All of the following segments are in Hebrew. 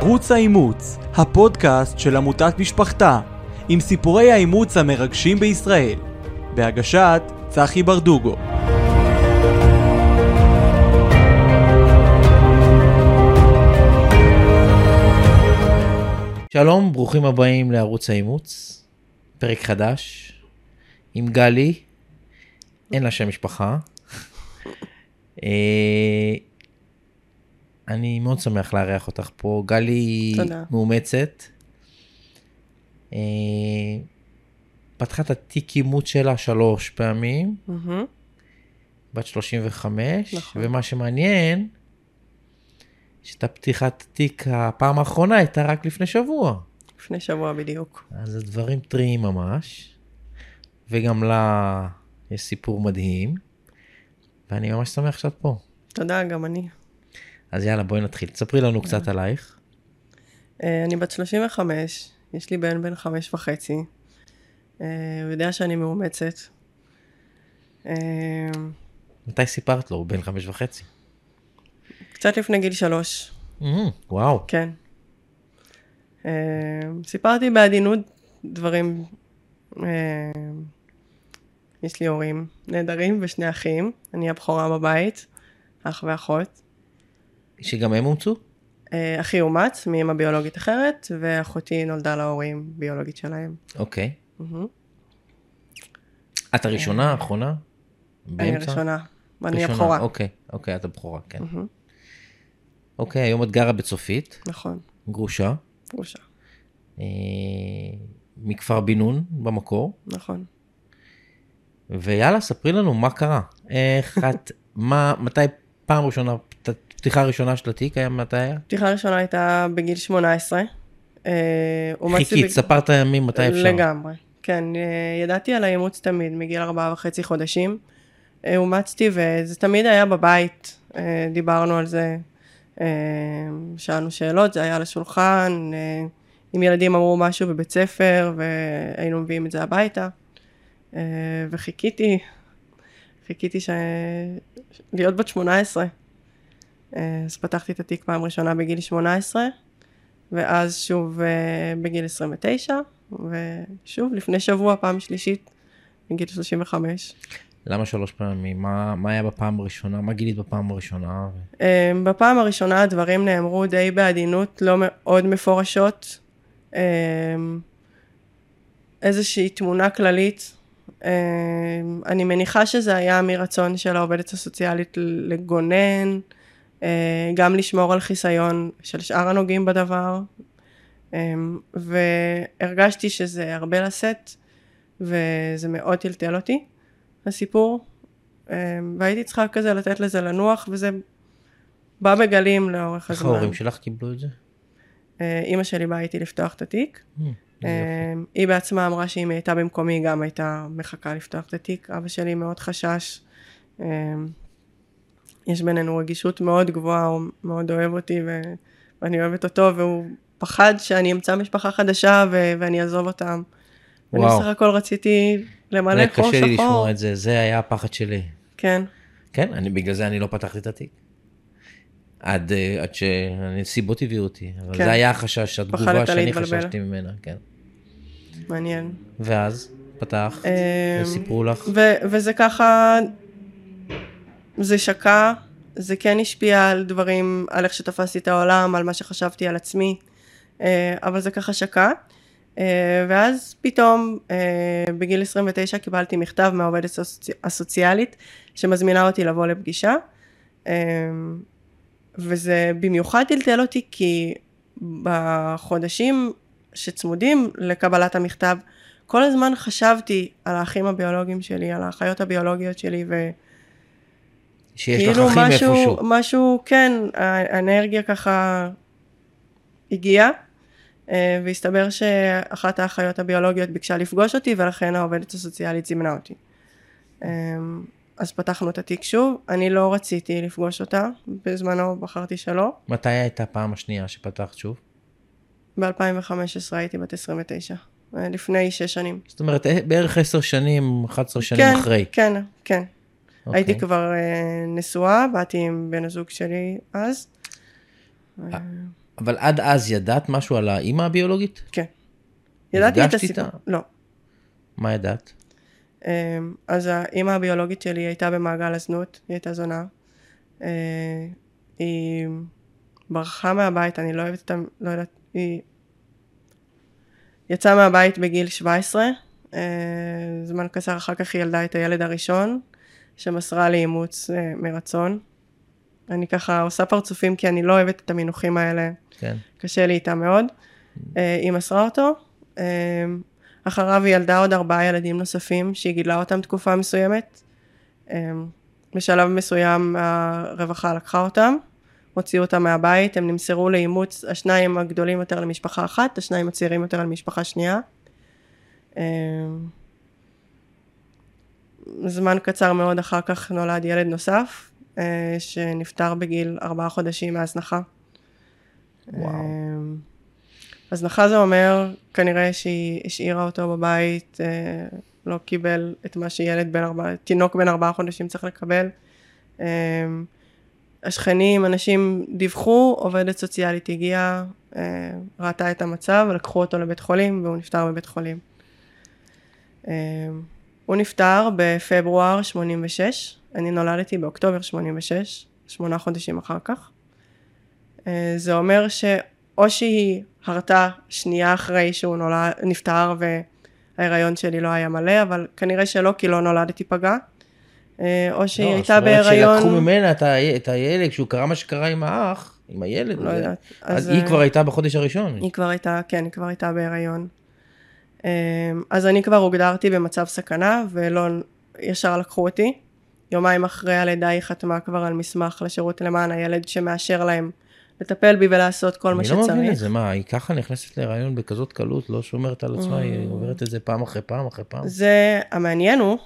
ערוץ האימוץ, הפודקאסט של עמותת משפחתה, עם סיפורי האימוץ המרגשים בישראל, בהגשת צחי ברדוגו. שלום, ברוכים הבאים לערוץ האימוץ, פרק חדש, עם גלי, אין לה שם משפחה. אני מאוד שמח לארח אותך פה. גלי מאומצת. פתחה את התיק אימוץ שלה 3 פעמים. בת 35. נכון. ומה שמעניין, שאת פתיחת התיק הפעם האחרונה הייתה רק לפני שבוע. לפני שבוע בדיוק. אז הדברים טריים ממש. וגם לה יש סיפור מדהים. ואני ממש שמח שאת פה. תודה, גם אני. אז יאללה, בואי נתחיל. תספרי לנו קצת עלייך. אני בת 35, יש לי בן 5.5. הוא יודע שאני מאומצת. מתי סיפרת לו? הוא בן 5.5? קצת לפני גיל 3. וואו. כן. סיפרתי בעדינות דברים. יש לי הורים נהדרים ושני אחים. אני הבכורה בבית, אח ואחות. שגם הם אומצו? אחי אומץ מאמא ביולוגית אחרת, ואחותי נולדה להורים ביולוגית שלהם. אוקיי. את הראשונה, האחרונה? אני הראשונה, ואני הבכורה. אוקיי, את הבכורה, כן. אוקיי, היום את גרה בצופית. נכון. גרושה. גרושה. מכפר בינון במקור. נכון. ויאללה, ספרי לנו מה קרה. איך את, מתי פעם ראשונה, פתיחה הראשונה של התיק, מתי היה? פתיחה הראשונה הייתה בגיל 18. חיכית, ספרת הימים מתי אפשר. לגמרי, כן. ידעתי על האימוץ תמיד, מגיל 4.5 חודשים. אומצתי וזה תמיד היה בבית. דיברנו על זה, שאלנו שאלות, זה היה על השולחן. אם ילדים אמרו משהו בבית ספר, והיינו מביאים את זה הביתה. וחיכיתי להיות בת 18. אז פתחתי את התיק פעם ראשונה בגיל 18, ואז שוב בגיל 29, ושוב לפני שבוע פעם שלישית בגיל 35. למה 3 פעמים? מה היה בפעם הראשונה? מה גילית בפעם הראשונה? בפעם הראשונה הדברים נאמרו די בעדינות, לא מאוד מפורשות. איזושהי תמונה כללית. אני מניחה שזה היה מרצון של העובדת הסוציאלית לגונן, גם לשמור על חיסיון של שאר הנוגעים בדבר, והרגשתי שזה הרבה לשאת, וזה מאוד טלטל אותי, הסיפור, והייתי צריכה כזה לתת לזה לנוח, וזה בא בגלים לאורך הזמן. איך ההורים שלך קיבלו את זה? אמא שלי באה איתי לפתוח את התיק, היא בעצמה אמרה שאם היא הייתה במקומי, היא גם הייתה מחכה לפתוח את התיק. אבא שלי מאוד חשש, יש בינינו רגישות מאוד גבוהה, הוא מאוד אוהב אותי ואני אוהבת אותו, והוא פחד שאני אמצא משפחה חדשה ואני אעזוב אותם. אני בסך הכל רציתי למלא חור שחור. קשה לי לשמוע את זה, זה היה הפחד שלי. כן. כן, בגלל זה אני לא פתחתי את התיק. עד שהנסיבות הביאו אותי, אבל זה היה החשש, התגובה שאני חששתי ממנה, כן. מעניין. ואז פתח, וסיפרו לך. וזה ככה, זה שקע, זה כן השפיע על דברים, על איך שתפסתי את העולם, על מה שחשבתי על עצמי, אבל זה ככה שקע. ואז פתאום בגיל 29 קיבלתי מכתב מהעובדת הסוציאלית, שמזמינה אותי לבוא לפגישה, וזה במיוחד טלטל אותי, כי בחודשים שצמודים לקבלת המכתב, כל הזמן חשבתי על האחים הביולוגיים שלי, על האחיות הביולוגיות שלי, שיש לך אחים איפשהו. משהו, כן, האנרגיה ככה הגיעה, והסתבר שאחת האחיות הביולוגיות ביקשה לפגוש אותי, ולכן העובדת הסוציאלית זימנה אותי. אז פתחנו את התיק שוב, אני לא רציתי לפגוש אותה, בזמנו בחרתי שלא. מתי הייתה הפעם השנייה שפתחת שוב? ב-2015 הייתי בת 29, לפני 6 שנים. זאת אומרת, בערך 10 שנים, 11 שנים אחרי. כן. הייתי כבר נשואה, באתי עם בן הזוג שלי אז. אבל עד אז ידעת משהו על האמא הביולוגית? כן. ידעתי את נפגשת הסיפור. איתה? לא. מה ידעת? אז האמא הביולוגית שלי הייתה במעגל הזנות, היא הייתה זונה. היא ברחה מהבית, אני לא אוהבת אותה, לא יודעת, היא יצאה מהבית בגיל 17, זמן קצר אחר כך היא ילדה את הילד הראשון, שמסרה לי אימוץ מרצון. אני ככה עושה פרצופים כי אני לא אוהבת את המינוחים האלה, כן. קשה לי איתה מאוד. היא מסרה אותו, אחריו היא ילדה עוד 4 ילדים נוספים, שהיא גידלה אותם תקופה מסוימת. בשלב מסוים הרווחה לקחה אותם, הוציאו אותם מהבית, הם נמסרו לאימוץ, השניים הגדולים יותר למשפחה אחת, השניים הצעירים יותר למשפחה שנייה. זמן קצר מאוד אחר כך נולד ילד נוסף, שנפטר בגיל 4 חודשים מהזנחה. וואו. הזנחה זה אומר, כנראה שהיא השאירה אותו בבית, לא קיבל את מה שילד תינוק בן 4 חודשים צריך לקבל. השכנים, אנשים דיווחו, עובדת סוציאלית הגיעה, ראתה את המצב, לקחו אותו לבית חולים, והוא נפטר בבית חולים. הוא נפטר בפברואר 86, אני נולדתי באוקטובר 86, 8 חודשים אחר כך. זה אומר או שהיא הרתה שנייה אחרי שהוא נפטר וההיריון שלי לא היה מלא, אבל כנראה שלא, כי לא נולדתי פגע. או שהיא הייתה בהיריון... שלקחו ממנה את הילד, כשהוא קרה מה שקרה עם האח, עם הילד. לא יודעת. אז היא כבר הייתה בחודש הראשון. היא כבר הייתה, כן, היא כבר הייתה בהיריון. אז אני כבר הוגדרתי במצב סכנה, ולא ישר לקחו אותי. יומיים אחרי הלידה היא חתמה כבר על מסמך לשירות למען הילד שמאשר להם לטפל בי ולעשות כל מה שצריך. אני לא מבין את זה, מה, היא ככה נכנסת להיריון בכזאת קלות, לא שומרת על עצמה, היא עוברת את זה פעם אחרי פעם אחרי פעם. זה, המעניין הוא,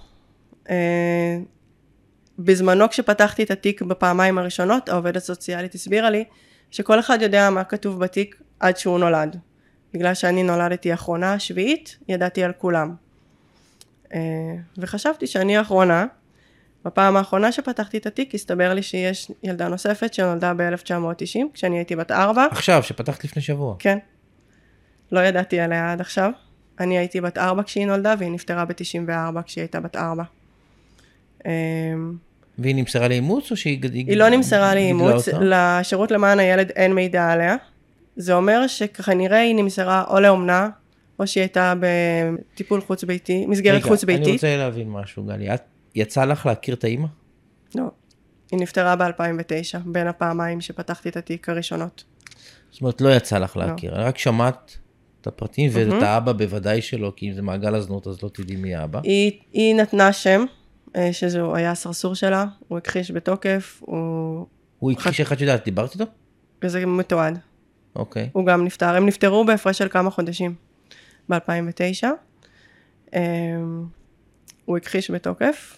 בזמנו כשפתחתי את התיק בפעמיים הראשונות, העובדת סוציאלית הסבירה לי, שכל אחד יודע מה כתוב בתיק עד שהוא נולד. בגלל שאני נולדתי האחרונה, השביעית, ידעתי על כולם. וחשבתי שאני האחרונה, בפעם האחרונה שפתחתי את התיק, הסתבר לי שיש ילדה נוספת שנולדה ב-1990, כשאני הייתי בת 4. עכשיו, שפתחת לפני שבוע. כן. לא ידעתי עליה עד עכשיו. אני הייתי בת 4 כשהיא נולדה, והיא נפטרה ב-94 כשהיא הייתה בת 4. והיא נמסרה לאימוץ או שהיא... היא לא נמסרה לאימוץ, לשירות למען הילד אין מידע עליה. זה אומר שכנראה היא נמסרה או לאומנה, או שהיא הייתה בטיפול חוץ ביתי, מסגרת חוץ ביתית. אני רוצה להבין משהו, גלי. את יצא לך להכיר את האמא? לא. היא נפטרה ב-2009, בין הפעמיים שפתחתי את התיק הראשונות. זאת אומרת, לא יצא לך להכיר. רק שמעת את הפרטים, ואת האבא בוודאי שלא, כי אם זה מעגל הזנות, אז לא תדעי מי האבא. היא נתנה שם, שזהו היה הסרסור שלה, הוא הכחיש בתוקף, הוא הכחיש איך את יודעת, דיברת איתו? וזה מתועד. אוקיי. הוא גם נפטר, הם נפטרו בהפרש של כמה חודשים, ב-2009. הוא הכחיש בתוקף.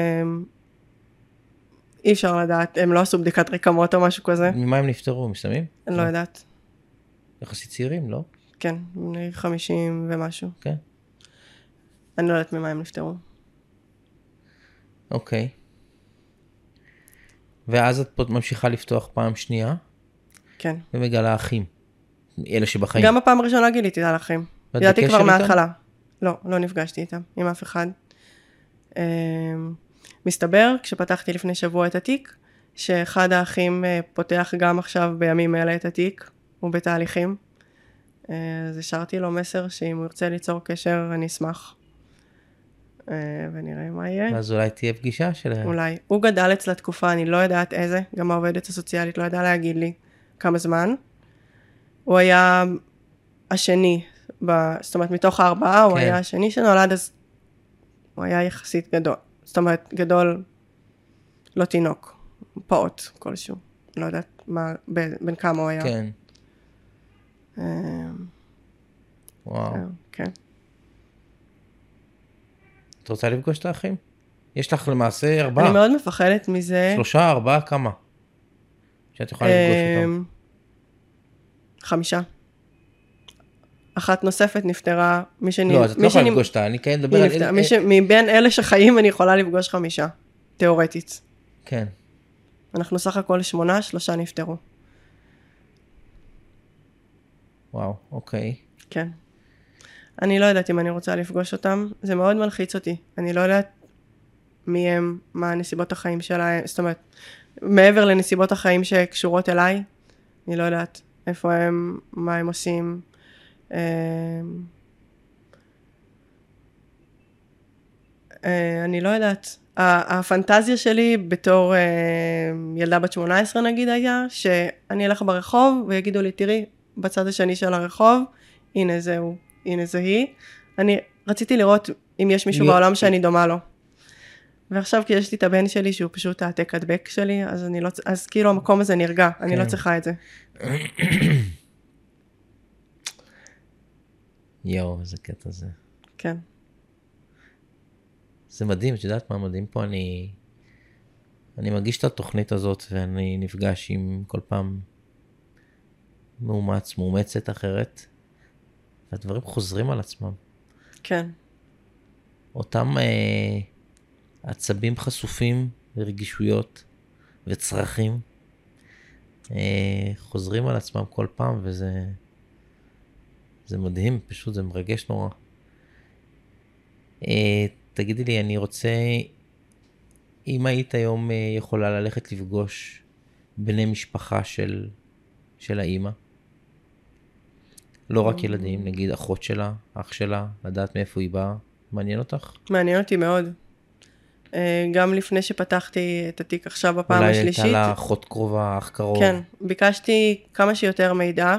אי אפשר לדעת, הם לא עשו בדיקת רקמות או משהו כזה. ממה הם נפטרו, מסתמים? אני לא יודעת. יחסית צעירים, לא? כן, 50 ומשהו. כן. אני לא יודעת ממה הם נפטרו. אוקיי. ואז את ממשיכה לפתוח פעם שנייה? כן. ומגלה אחים. אלה שבחיים. גם בפעם הראשונה גיליתי על אחים. ידעתי כבר מההתחלה. לא, לא נפגשתי איתם, עם אף אחד. מסתבר, כשפתחתי לפני שבוע את התיק, שאחד האחים פותח גם עכשיו בימים אלה את התיק, הוא בתהליכים. אז השארתי לו מסר שאם הוא ירצה ליצור קשר, אני אשמח. ונראה מה יהיה. אז אולי תהיה פגישה שלהם. אולי. הוא גדל אצלה תקופה, אני לא יודעת איזה, גם העובדת הסוציאלית לא ידעה להגיד לי כמה זמן. הוא היה השני, זאת אומרת מתוך 4, הוא היה השני שנולד, אז הוא היה יחסית גדול. זאת אומרת, גדול, לא תינוק, פעוט כלשהו. לא יודעת בין כמה הוא היה. כן. וואו. כן. את רוצה לפגוש את האחים? יש לך למעשה 4. אני מאוד מפחדת מזה. 3, 4, כמה? שאת יכולה לפגוש אותם. 5. אחת נוספת נפטרה, לא, אז את לא יכולה לפגוש אותה, אני כן מדבר על... מבין אלה שחיים אני יכולה לפגוש 5, תיאורטית. כן. אנחנו סך הכל 8, 3 נפטרו. וואו, אוקיי. כן. אני לא יודעת אם אני רוצה לפגוש אותם, זה מאוד מלחיץ אותי. אני לא יודעת מי הם, מה נסיבות החיים שלהם, זאת אומרת, מעבר לנסיבות החיים שקשורות אליי, אני לא יודעת איפה הם, מה הם עושים. אני לא יודעת. הפנטזיה שלי בתור ילדה בת 18 נגיד היה, שאני אלך ברחוב ויגידו לי, תראי, בצד השני של הרחוב, הנה זהו, הנה זה היא. אני רציתי לראות אם יש מישהו בעולם שאני דומה לו. ועכשיו כי יש לי את הבן שלי שהוא פשוט העתק הדבק שלי, אז כאילו המקום הזה נרגע, אני לא צריכה את זה. יואו, איזה קטע זה. כן. זה מדהים, את יודעת מה מדהים פה? אני מגיש את התוכנית הזאת ואני נפגש עם כל פעם מאומצת אחרת, והדברים חוזרים על עצמם. כן. אותם עצבים חשופים ורגישויות וצרכים חוזרים על עצמם כל פעם, וזה מדהים, פשוט זה מרגש נורא. תגידי לי, אני רוצה, אם היית היום יכולה ללכת לפגוש בני משפחה של האמא, לא רק ילדים, נגיד אחות שלה, אח שלה, לדעת מאיפה היא באה, מעניין אותך? מעניין אותי מאוד. גם לפני שפתחתי את התיק עכשיו בפעם השלישית. אולי הייתה לה אחות קרובה, אח קרוב. כן, ביקשתי כמה שיותר מידע.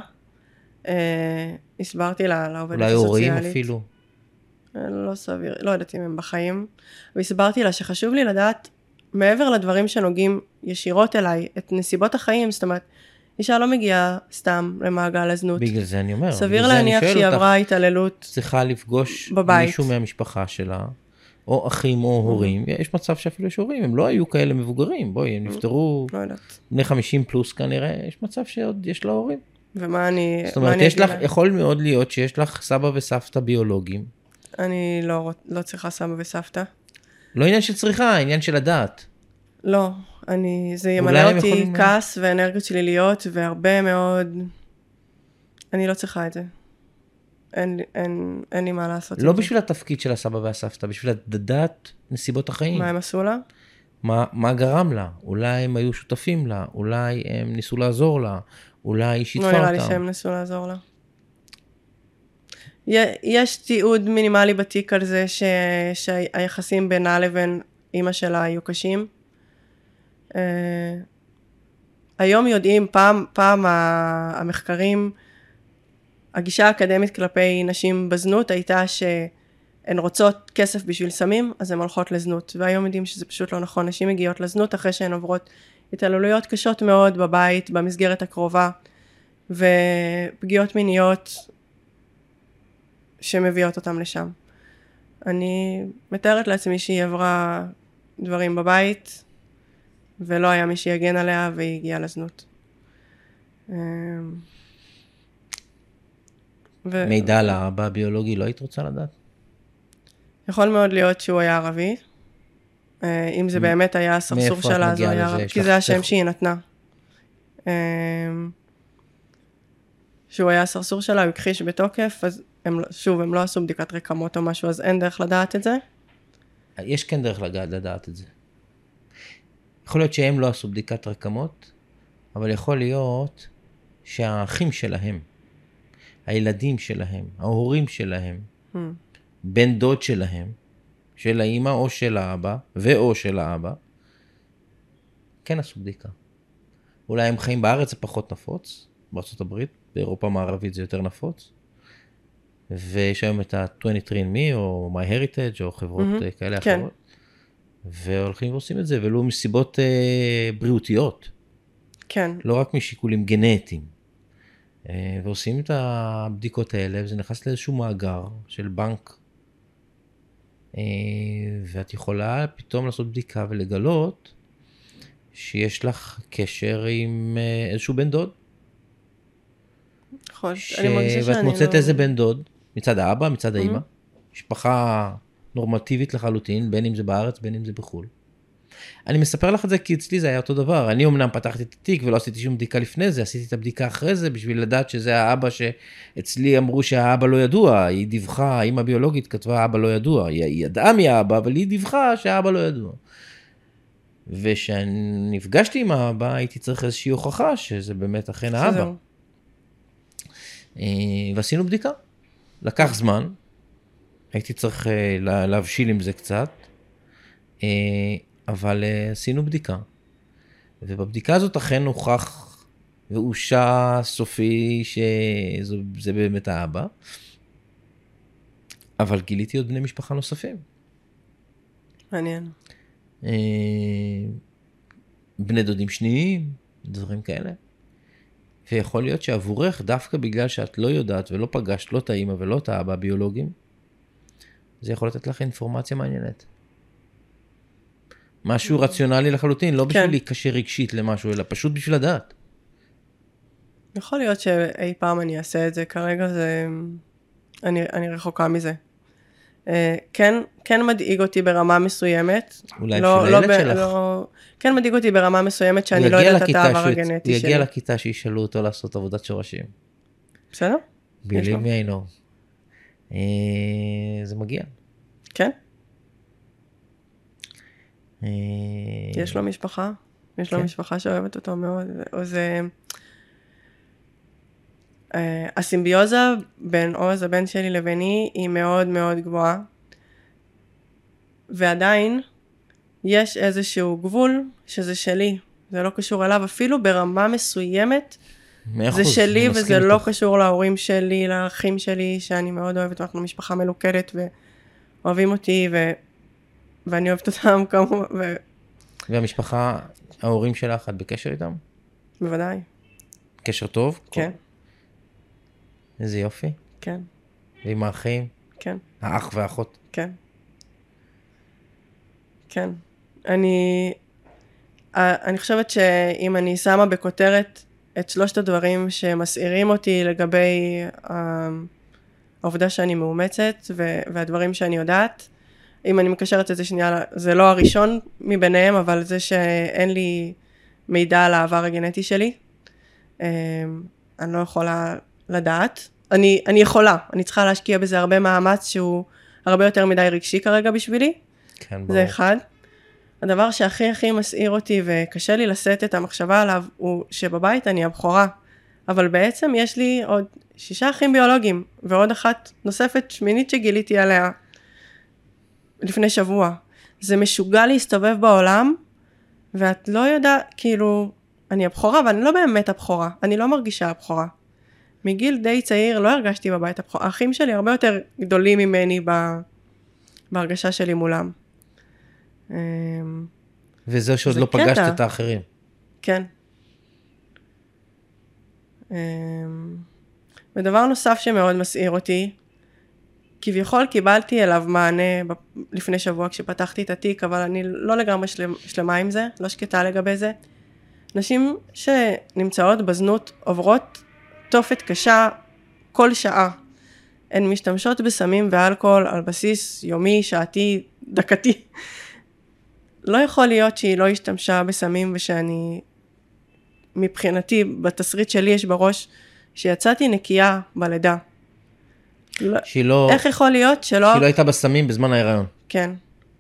הסברתי לעובדת הסוציאלית. אולי הורים אפילו. לא סביר, לא יודעת אם הם בחיים. והסברתי לה שחשוב לי לדעת, מעבר לדברים שנוגעים ישירות אליי, את נסיבות החיים, זאת אומרת, אישה לא מגיעה סתם למעגל הזנות. בגלל זה אני אומר. סביר להניח שהיא עברה התעללות צריכה לפגוש בבית. מישהו מהמשפחה שלה, או אחים או הורים. יש מצב שאפילו יש הורים, הם לא היו כאלה מבוגרים. בואי, הם נפטרו בני 50 פלוס כנראה, יש מצב שעוד יש לה הורים. ומה אני... זאת אומרת, יכול מאוד להיות שיש לך סבא וסבתא ביולוגיים. אני לא צריכה סבא וסבתא. לא עניין של צריכה, עניין של הדעת. לא, זה ימלא אותי כעס ואנרגיות שליליות, והרבה מאוד, אני לא צריכה את זה. אין לי מה לעשות עם זה. לא בשביל התפקיד של הסבא והסבתא, בשביל לדעת נסיבות החיים. מה הם עשו לה? מה גרם לה? אולי הם היו שותפים לה, אולי הם ניסו לעזור לה, אולי היא שיתפה אותם. לא נראה לי שהם ניסו לעזור לה. יש תיעוד מינימלי בתיק על זה שהיחסים בינה לבין אמא שלה היו קשים. היום יודעים, פעם המחקרים, הגישה האקדמית כלפי נשים בזנות הייתה שהן רוצות כסף בשביל סמים, אז הן הולכות לזנות. והיום יודעים שזה פשוט לא נכון. נשים מגיעות לזנות אחרי שהן עוברות התעללויות קשות מאוד בבית, במסגרת הקרובה, ופגיעות מיניות שמביאות אותם לשם. אני מתארת לעצמי שהיא עברה דברים בבית, ולא היה מי שיגן עליה, והיא הגיעה לזנות. מידע על האבא הביולוגי לא היית רוצה לדעת? יכול מאוד להיות שהוא היה ערבי. אם זה באמת היה הסרסור שלה, אז הוא היה ערבי, כי זה השם שהיא נתנה. שהוא היה הסרסור שלה, הוא הכחיש בתוקף, אז הם לא עשו בדיקת רקמות או משהו, אז אין דרך לדעת את זה? יש כן דרך לדעת את זה. יכול להיות שהם לא עשו בדיקת רקמות, אבל יכול להיות שהאחים שלהם, הילדים שלהם, ההורים שלהם, בן דוד שלהם, של האמא או של האבא, ואו של האבא, כן עשו בדיקה. אולי הם חיים בארץ, זה פחות נפוץ, בארצות הברית, באירופה המערבית זה יותר נפוץ, ויש היום את ה-23andMe או MyHeritage או חברות כאלה אחרות, והולכים ועושים את זה, ולא מסיבות בריאותיות. כן. לא רק משיקולים גנטיים. ועושים את הבדיקות האלה, וזה נכנס לאיזשהו מאגר של בנק, ואת יכולה פתאום לעשות בדיקה ולגלות שיש לך קשר עם איזשהו בן דוד. נכון, אני מרגישה שאני ואת מוצאת איזה בן דוד, מצד האבא, מצד האמא, משפחה נורמטיבית לחלוטין, בין אם זה בארץ, בין אם זה בחול. אני מספר לך את זה כי אצלי זה היה אותו דבר. אני אמנם פתחתי את התיק ולא עשיתי שום בדיקה לפני זה, עשיתי את הבדיקה אחרי זה בשביל לדעת שזה האבא שאצלי אמרו שהאבא לא ידוע. היא דיווחה, האמא ביולוגית כתבה האבא לא ידוע. היא ידעה מי האבא, אבל היא דיווחה שהאבא לא ידוע. ושנפגשתי עם האבא, הייתי צריך איזושהי הוכחה שזה באמת אכן האבא. ועשינו בדיקה. לקח זמן. הייתי צריך להבשיל עם זה קצת. אבל עשינו בדיקה. ובבדיקה הזאת אכן הוכח ואושה סופי שזה באמת האבא. אבל גיליתי עוד בני משפחה נוספים. מעניין. בני דודים שניים, דברים כאלה. ויכול להיות שעבורך, דווקא בגלל שאת לא יודעת ולא פגשת לא את האמא ולא את האבא הביולוגיים, זה יכול לתת לך אינפורמציה מעניינת. משהו רציונלי לחלוטין, לא בשביל להיקשר רגשית למשהו, אלא פשוט בשביל לדעת. יכול להיות שאי פעם אני אעשה את זה, כרגע זה... אני רחוקה מזה. כן מדאיג אותי ברמה מסוימת. אולי בשביל הילד שלך. כן מדאיג אותי ברמה מסוימת שאני לא יודעת את העבר הגנטי שלי. הוא יגיע לכיתה שישאלו אותו לעשות עבודת שורשים. בסדר? בליל מי אינו. זה מגיע. כן? יש לו משפחה? יש לו משפחה שאוהבת אותו מאוד. זה... הסימביוזה בין עוז, הבן שלי לביני, היא מאוד מאוד גבוהה. ועדיין יש איזשהו גבול שזה שלי. זה לא קשור אליו, אפילו ברמה מסוימת. זה שלי וזה לא קשור להורים שלי, לאחים שלי, שאני מאוד אוהבת, ואנחנו משפחה מלוכדת ואוהבים אותי, ואני אוהבת אותם כמובן. והמשפחה, ההורים שלך, את בקשר איתם? בוודאי. קשר טוב? כן. איזה יופי. כן. ועם האחים? כן. האח והאחות? כן. כן. אני חושבת שאם אני שמה בכותרת את שלושת הדברים שמסעירים אותי לגבי העובדה שאני מאומצת והדברים שאני יודעת, אם אני מקשרת את זה שנייה, זה לא הראשון מביניהם, אבל זה שאין לי מידע על העבר הגנטי שלי. אני לא יכולה לדעת. אני יכולה, אני צריכה להשקיע בזה הרבה מאמץ שהוא הרבה יותר מדי רגשי כרגע בשבילי. כן, ברור. זה אחד. הדבר שהכי מסעיר אותי וקשה לי לשאת את המחשבה עליו, הוא שבבית אני הבכורה. אבל בעצם יש לי עוד 6 אחים ביולוגיים, ועוד אחת נוספת שמינית שגיליתי עליה לפני שבוע. זה משוגע להסתובב בעולם, ואת לא יודעת, כאילו, אני הבכורה, אבל אני לא באמת הבכורה. אני לא מרגישה הבכורה. מגיל די צעיר לא הרגשתי בבית הבכורה. האחים שלי הרבה יותר גדולים ממני בהרגשה שלי מולם. וזה שעוד לא פגשת את האחרים. כן. ודבר נוסף שמאוד מסעיר אותי, כביכול קיבלתי אליו מענה לפני שבוע כשפתחתי את התיק, אבל אני לא לגמרי שלמה עם זה, לא שקטה לגבי זה. נשים שנמצאות בזנות עוברות תופת קשה כל שעה. הן משתמשות בסמים ואלכוהול על בסיס יומי, שעתי, דקתי. לא יכול להיות שהיא לא השתמשה בסמים ושאני, מבחינתי, בתסריט שלי יש בראש, שיצאתי נקייה בלידה. שהיא לא... איך יכול להיות שלא... שהיא לא הייתה בסמים בזמן ההיריון. כן.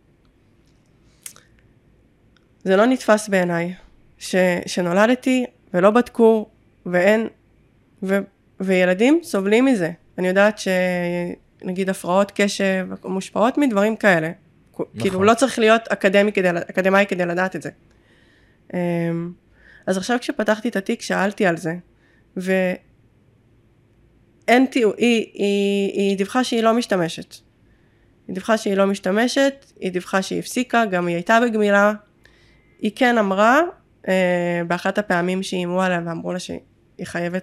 זה לא נתפס בעיניי. שנולדתי ולא בדקו ואין... וילדים סובלים מזה. אני יודעת שנגיד הפרעות קשב מושפעות מדברים כאלה. נכון. כאילו לא צריך להיות אקדמאי כדי לדעת את זה. אז עכשיו כשפתחתי את התיק שאלתי על זה, היא דיווחה שהיא לא משתמשת. היא דיווחה שהיא הפסיקה, גם היא הייתה בגמילה. היא כן אמרה, באחת הפעמים שאימו עליה ואמרו לה שהיא חייבת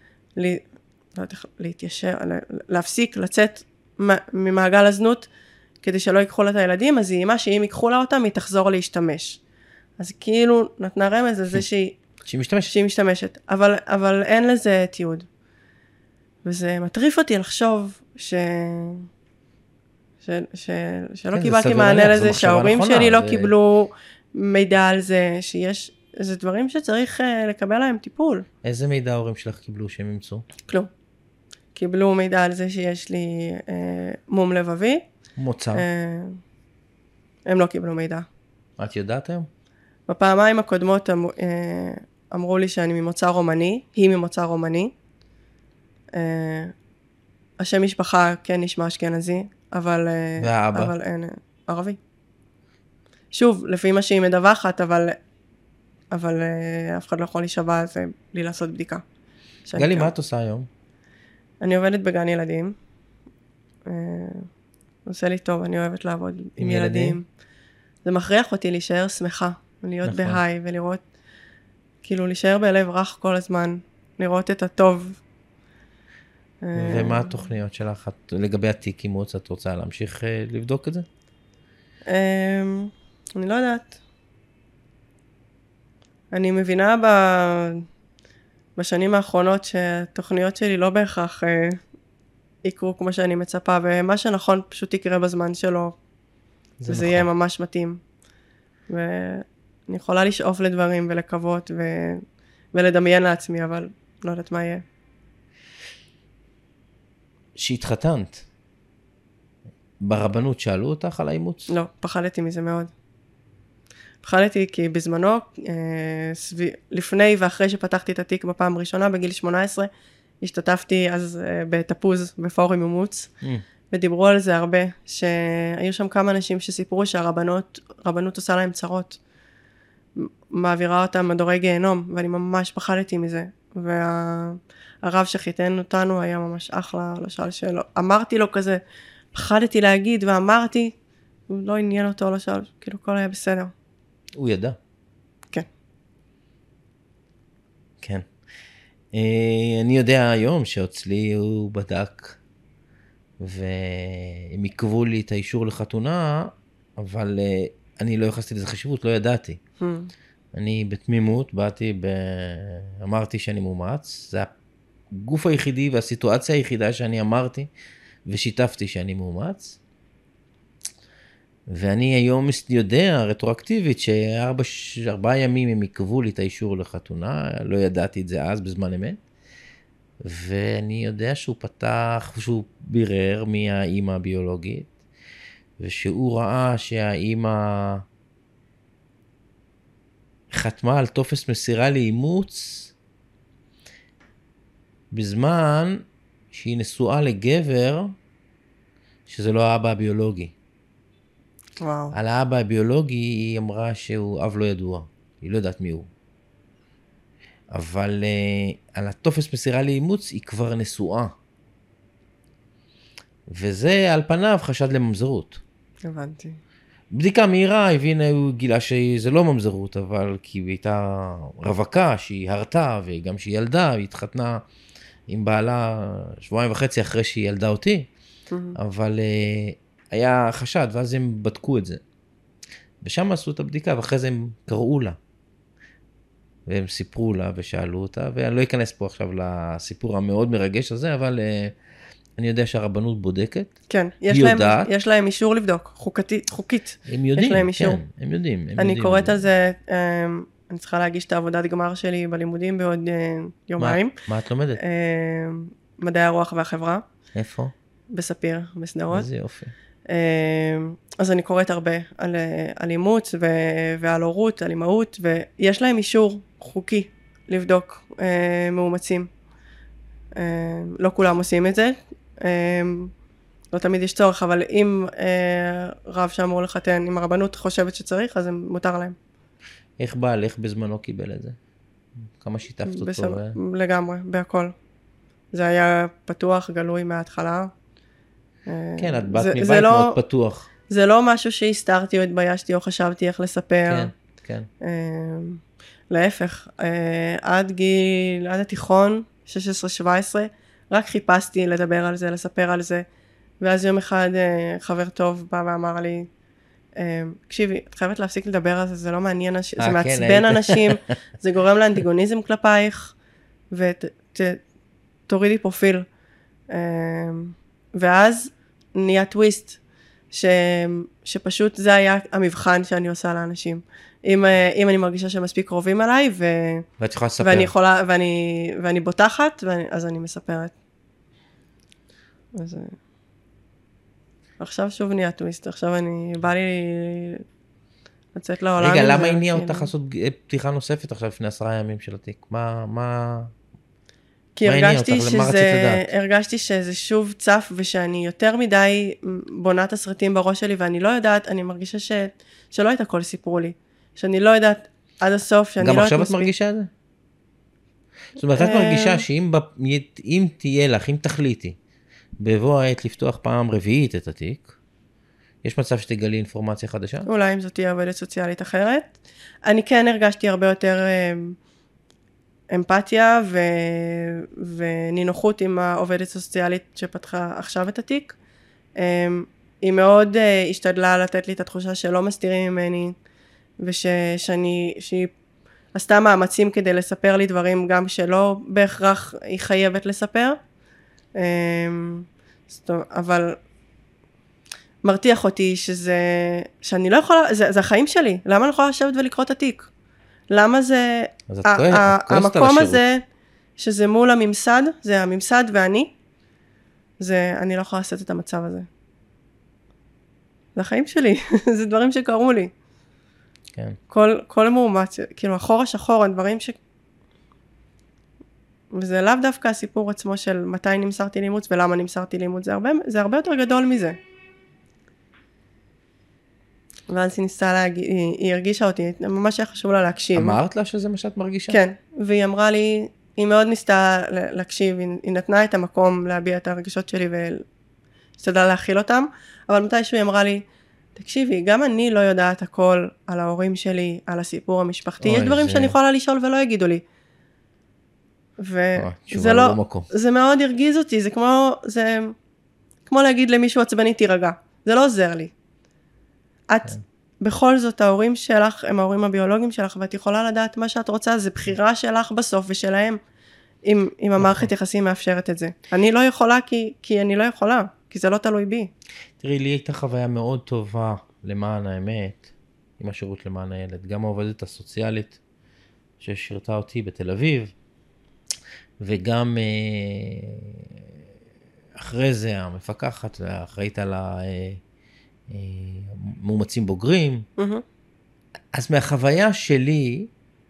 להתיישר, להפסיק, לצאת ממעגל הזנות, כדי שלא ייקחו לה את הילדים, אז היא אימה שאם ייקחו לה אותם, היא תחזור להשתמש. אז כאילו נתנה רמז על זה שהיא משתמשת. אבל אין לזה תיעוד. וזה מטריף אותי לחשוב שלא קיבלתי מענה לזה, שההורים שלי לא קיבלו, מידע על זה, זה דברים שצריך לקבל להם טיפול. איזה מידע ההורים שלך קיבלו שהם ימצאו? כלום. קיבלו מידע על זה שיש לי מום לבבי. מוצא. הם לא קיבלו מידע. את יודעת היום? בפעמיים הקודמות אמרו לי שאני ממוצא רומני, היא ממוצא רומני. השם משפחה כן נשמע אשכנזי, אבל אין ערבי. שוב, לפי מה שהיא מדווחת, אבל אף אחד לא יכול להישבע בלי לעשות בדיקה. גלי, מה את עושה היום? אני עובדת בגן ילדים. עושה לי טוב, אני אוהבת לעבוד עם ילדים. זה מכריח אותי להישאר שמחה, להיות בהיי ולראות, כאילו להישאר בלב רך כל הזמן, לראות את הטוב. ומה התוכניות שלך לגבי התיק אימוץ? את רוצה להמשיך לבדוק את זה? אני לא יודעת. אני מבינה בשנים האחרונות שהתוכניות שלי לא בהכרח יקרו כמו שאני מצפה, ומה שנכון פשוט יקרה בזמן שלו, וזה יהיה ממש מתאים. ואני יכולה לשאוף לדברים ולקוות ולדמיין לעצמי, אבל לא יודעת מה יהיה. שהתחתנת, ברבנות שאלו אותך על האימוץ? לא, פחדתי מזה מאוד. פחדתי כי בזמנו, לפני ואחרי שפתחתי את התיק בפעם הראשונה, בגיל 18, השתתפתי אז בתפוז, בפורום אימוץ, ודיברו על זה הרבה, שהיו שם כמה אנשים שסיפרו שהרבנות עושה להם צרות, מעבירה אותם מדורי גיהנום, ואני ממש פחדתי מזה, והרב שחיתן אותנו היה ממש אחלה, לשאל שלו, אמרתי לו כזה, פחדתי להגיד ואמרתי, הוא לא עניין אותו לשאל, כאילו הכל היה בסדר. הוא ידע. כן. כן. אני יודע היום שאצלי הוא בדק, והם עיכבו לי את האישור לחתונה, אבל אני לא יחסתי לזה חשיבות, לא ידעתי. אני בתמימות, אמרתי שאני מומץ, זה הגוף היחידי והסיטואציה היחידה שאני אמרתי, ושיתפתי שאני מומץ. ואני היום יודע, רטרואקטיבית, ש4 ימים הם עיכבו לי את האישור לחתונה, לא ידעתי את זה אז בזמן אמת, ואני יודע שהוא בירר מי האמא הביולוגית, ושהוא ראה שהאמא חתמה על טופס מסירה לאימוץ, בזמן שהיא נשואה לגבר, שזה לא האבא הביולוגי. וואו. על האבא הביולוגי היא אמרה שהוא אב לא ידוע, היא לא יודעת מי הוא. אבל על הטופס מסירה לאימוץ היא כבר נשואה. וזה על פניו חשד לממזרות. הבנתי. בדיקה מהירה הוא גילה שזה לא ממזרות, אבל כי היא הייתה רווקה שהיא הרתה, וגם שהיא ילדה, היא התחתנה עם בעלה 2.5 שבועות אחרי שהיא ילדה אותי, אבל היה חשד, ואז הם בדקו את זה. ושם עשו את הבדיקה, ואחרי זה הם קראו לה. והם סיפרו לה ושאלו אותה, ואני לא אכנס פה עכשיו לסיפור המאוד מרגש הזה, אבל אני יודע שהרבנות בודקת. כן, יש להם אישור לבדוק, חוקית. הם יודעים, יש להם אישור. כן, הם יודעים. אני קוראת על זה, אני צריכה להגיש את העבודת גמר שלי בלימודים בעוד יומיים. מה את לומדת? מדעי הרוח והחברה. איפה? בספיר, בסדרות. איזה יופי. אז אני קוראת הרבה על אימוץ ועל הורות, על אימהות, ויש להם אישור חוקי לבדוק מאומצים. לא כולם עושים את זה, לא תמיד יש צורך, אבל אם רב שאמור לחתן, אם הרבנות חושבת שצריך, אז מותר להם. איך בעלך בזמנו קיבל את זה? כמה שיתפת אותו? לגמרי, בהכל. זה היה פתוח, גלוי מההתחלה. כן, את באת מבית מאוד פתוח. זה לא משהו שהסתרתי או התביישתי או חשבתי איך לספר. כן, כן. להפך, עד התיכון, 16-17, רק חיפשתי לדבר על זה, לספר על זה, ואז יום אחד חבר טוב בא ואמר לי, תקשיבי, את חייבת להפסיק לדבר על זה, זה לא מעניין, זה מעצבן אנשים, זה גורם לאנטיגוניזם כלפייך, ותורידי פרופיל. ואז נהיה טוויסט, שפשוט זה היה המבחן שאני עושה לאנשים. אם אני מרגישה שמספיק קרובים עליי, ואת יכולה לספר. ואני בוטחת, אז אני מספרת. אז עכשיו שוב נהיה טוויסט, עכשיו בא לי לצאת לעולם. רגע, למה הניע אותך לעשות פתיחה נוספת עכשיו לפני 10 ימים של התיק? כי הרגשתי שזה שוב צף, ושאני יותר מדי בונה את הסרטים בראש שלי, ואני לא יודעת, אני מרגישה שלא את הכל סיפרו לי. שאני לא יודעת עד הסוף, שאני לא יודעת מספיק. גם עכשיו את מרגישה את זה? זאת אומרת, את מרגישה שאם תהיה לך, אם תחליטי, בבוא העת לפתוח פעם רביעית את התיק, יש מצב שתגלי אינפורמציה חדשה? אולי אם זאת תהיה עובדת סוציאלית אחרת. אני כן הרגשתי הרבה יותר אמפתיה ונינוחות עם העובדת הסוציאלית שפתחה עכשיו את התיק. היא מאוד השתדלה לתת לי את התחושה שלא מסתירים ממני, שהיא עשתה מאמצים כדי לספר לי דברים גם שלא בהכרח היא חייבת לספר. אבל מרתיח אותי שאני לא יכולה, זה החיים שלי, למה אני לא יכולה לשבת ולקרוא את התיק? למה זה, המקום הזה, שזה מול הממסד, זה הממסד ואני, אני לא יכולה לעשות את המצב הזה. זה החיים שלי, זה דברים שקרו לי. כן. כל מאומץ, כאילו החור השחור, הדברים וזה לאו דווקא הסיפור עצמו של מתי נמסרתי לימוץ ולמה נמסרתי לימוץ, זה הרבה יותר גדול מזה. ואז היא ניסתה להגיד, היא הרגישה אותי, ממש היה חשוב לה להקשיב. אמרת לה שזה מה שאת מרגישה? כן, והיא אמרה לי, היא מאוד ניסתה להקשיב, היא נתנה את המקום להביע את הרגשות שלי והשתדלה להכיל אותם, אבל מתישהו היא אמרה לי, תקשיבי, גם אני לא יודעת הכל על ההורים שלי, על הסיפור המשפחתי, יש דברים שאני יכולה לשאול ולא יגידו לי. וזה לא, זה מאוד הרגיז אותי, זה כמו להגיד למישהו עצבני תירגע, זה לא עוזר לי. את, בכל זאת, ההורים שלך הם ההורים הביולוגיים שלך, ואת יכולה לדעת מה שאת רוצה, זה בחירה שלך בסוף ושלהם, אם המערכת יחסים מאפשרת את זה. אני לא יכולה כי אני לא יכולה, כי זה לא תלוי בי. תראי, לי הייתה חוויה מאוד טובה למען האמת, עם השירות למען הילד, גם העובדת הסוציאלית ששירתה אותי בתל אביב, וגם אחרי זה המפקחת, האחראית על מאומצים בוגרים, אז מהחוויה שלי,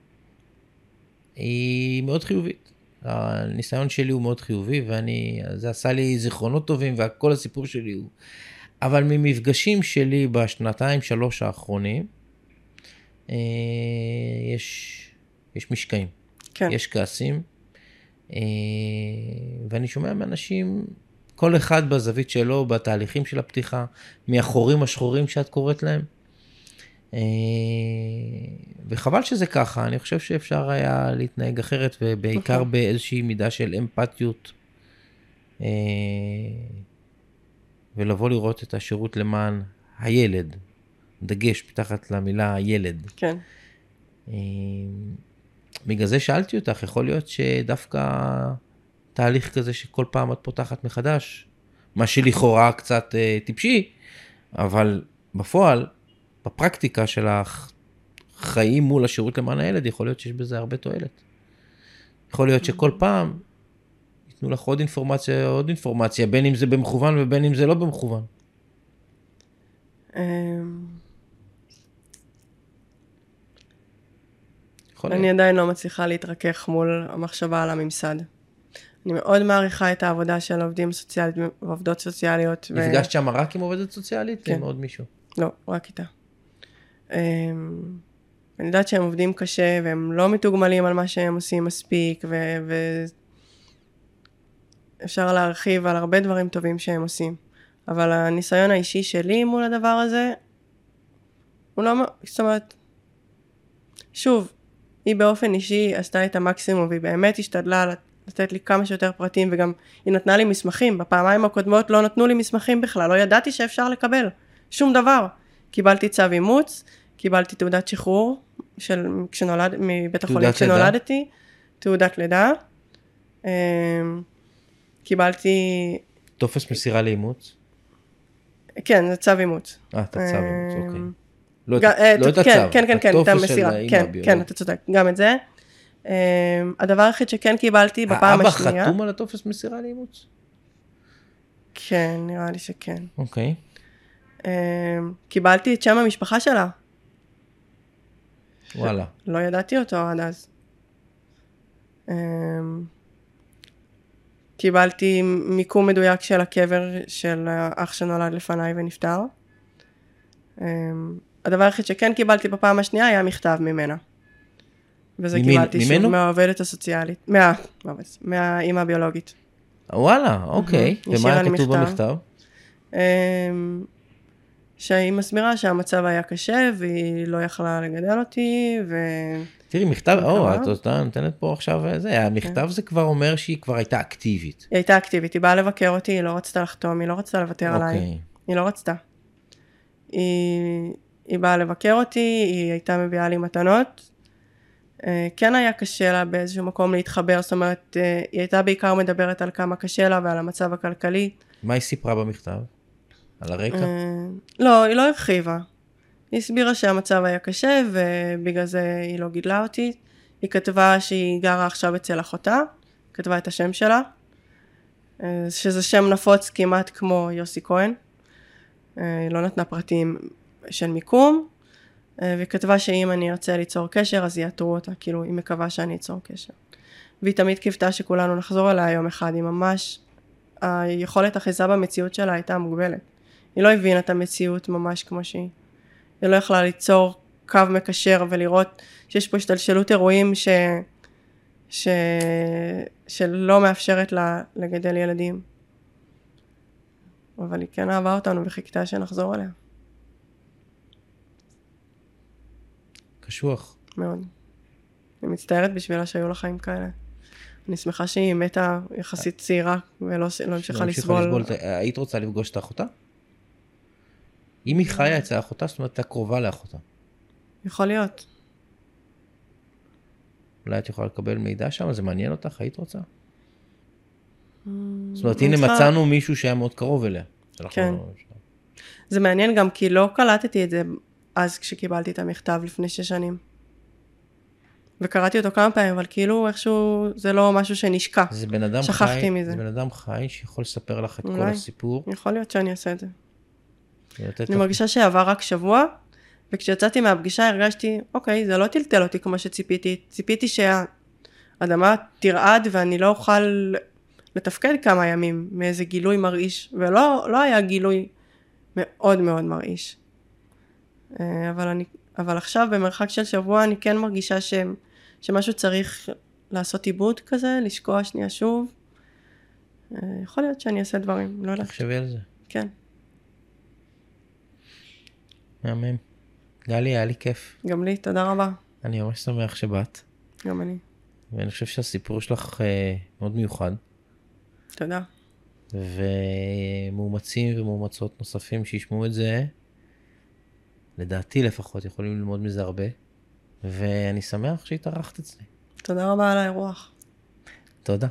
היא מאוד חיובית. הניסיון שלי הוא מאוד חיובי, זה עשה לי זיכרונות טובים, וכל הסיפור שלי הוא. אבל ממפגשים שלי בשנתיים, 3 האחרונים, יש משקעים. כן. יש כעסים, ואני שומע מאנשים, כל אחד בזווית שלו, בתהליכים של הפתיחה, מהחורים השחורים שאת קוראת להם. וחבל שזה ככה, אני חושב שאפשר היה להתנהג אחרת, ובעיקר באיזושהי מידה של אמפתיות, ולבוא לראות את השירות למען הילד, דגש מתחת למילה הילד. כן. בגלל זה שאלתי אותך, יכול להיות שדווקא תהליך כזה שכל פעם את פותחת מחדש, מה שלכאורה קצת טיפשי, אבל בפועל, בפרקטיקה של החיים מול השירות למען הילד, יכול להיות שיש בזה הרבה תועלת. יכול להיות שכל פעם ייתנו לך עוד אינפורמציה, בין אם זה במכוון ובין אם זה לא במכוון. אני עדיין לא מצליחה להתרכך מול המחשבה על הממסד. אני מאוד מעריכה את העבודה של עובדים סוציאליים ועובדות סוציאליות. נפגשת שם רק עם עובדת סוציאלית? כן. עם עוד מישהו? לא, רק איתה. אני יודעת שהם עובדים קשה, והם לא מתוגמלים על מה שהם עושים מספיק, ואפשר להרחיב על הרבה דברים טובים שהם עושים. אבל הניסיון האישי שלי מול הדבר הזה, הוא לא, זאת אומרת, שוב, היא באופן אישי עשתה את המקסימום, והיא באמת השתדלה לתת לי כמה שיותר פרטים, וגם היא נתנה לי מסמכים. בפעמיים הקודמות לא נתנו לי מסמכים בכלל, לא ידעתי שאפשר לקבל שום דבר. קיבלתי צו אימוץ, קיבלתי תעודת שחרור מבית החולים כשנולדתי, תעודת לידה. קיבלתי... טופס מסירה לאימוץ? כן, זה צו אימוץ. צו אימוץ, אוקיי. לא את הצו, כן, הטופס של האמא הביולוגית. כן, אתה צודק, גם את זה. הדבר היחיד שכן קיבלתי בפעם השנייה. האבא חתום על הטופס מסירה לאימוץ? כן, נראה לי שכן. אוקיי. קיבלתי את שם המשפחה שלה. וואלה. לא ידעתי אותו עד אז. קיבלתי מיקום מדויק של הקבר של האח שנולד לפניי ונפטר. הדבר היחיד שכן קיבלתי בפעם השנייה היה מכתב ממנה. וזה קיבלתי שוב מהעובדת הסוציאלית. מהאמא הביולוגית. וואלה, אוקיי. ומה היה כתוב במכתב? שהיא מסבירה שהמצב היה קשה, והיא לא יכלה לגדל אותי, תראי, מכתב, אתה נותנת פה עכשיו זה, המכתב זה כבר אומר שהיא כבר הייתה אקטיבית. היא הייתה אקטיבית, היא באה לבקר אותי, היא לא רצתה לחתום, היא לא רצתה לוותר עליי. היא לא רצתה. היא באה לבקר אותי, היא הייתה מביאה לי מתנות. כן היה קשה לה באיזשהו מקום להתחבר, זאת אומרת, היא הייתה בעיקר מדברת על כמה קשה לה ועל המצב הכלכלי. מה היא סיפרה במכתב? על הרקע? לא, היא לא הרחיבה. היא הסבירה שהמצב היה קשה, ובגלל זה היא לא גידלה אותי. היא כתבה שהיא גרה עכשיו אצל אחותה, כתבה את השם שלה, שזה שם נפוץ כמעט כמו יוסי כהן. היא לא נתנה פרטים של מיקום, והיא כתבה שאם אני ארצה ליצור קשר, אז יאתרו אותה, כאילו היא מקווה שאני אצור קשר. והיא תמיד קיוותה שכולנו נחזור אליה יום אחד, היא ממש, היכולת אחיזה במציאות שלה הייתה מוגבלת. היא לא הבינה את המציאות ממש כמו שהיא. היא לא יכלה ליצור קו מקשר ולראות שיש פה השתלשלות אירועים שלא מאפשרת לה לגדל ילדים. אבל היא כן אהבה אותנו וחיכתה שנחזור אליה. קשוח. מאוד. אני מצטערת בשבילה שהיו לה חיים כאלה. אני שמחה שהיא מתה יחסית צעירה ולא המשיכה לסבול. היית רוצה לפגוש את האחותה? אם היא חיה אצל האחותה, זאת אומרת, הייתה קרובה לאחותה. יכול להיות. אולי את יכולה לקבל מידע שם, זה מעניין אותך, היית רוצה? זאת אומרת, הנה מצאנו מישהו שהיה מאוד קרוב אליה. כן. זה מעניין גם כי לא קלטתי את זה אז כשקיבלתי את המכתב לפני 6 שנים. וקראתי אותו כמה פעמים, אבל כאילו איכשהו זה לא משהו שנשקע. שכחתי מזה. זה בן אדם חי שיכול לספר לך את כל הסיפור. יכול להיות שאני אעשה את זה. אני מרגישה שעבר רק שבוע, וכשיצאתי מהפגישה הרגשתי, אוקיי, זה לא טלטל אותי כמו שציפיתי. ציפיתי שהאדמה תרעד ואני לא אוכל לתפקד כמה ימים מאיזה גילוי מרעיש, ולא היה גילוי מאוד מאוד מרעיש. אבל עכשיו במרחק של שבוע אני כן מרגישה שמשהו צריך לעשות עיבוד כזה, לשקוע שנייה שוב. יכול להיות שאני אעשה דברים, לא יודעת. תחשבי על זה. כן. מהמם. גלי, היה לי כיף. גם לי, תודה רבה. אני ממש שמח שבאת. גם אני. ואני חושב שהסיפור שלך מאוד מיוחד. תודה. ומאומצים ומאומצות נוספים שישמעו את זה, לדעתי לפחות, יכולים ללמוד מזה הרבה. ואני שמח שהתארחת אצלי. תודה רבה על האירוח. תודה.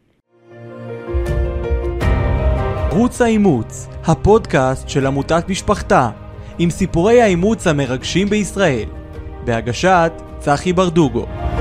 רוץ האימוץ, הפודקאסט של עמותת משפחתה, עם סיפורי האימוץ המרגשים בישראל, בהגשת צחי ברדוגו.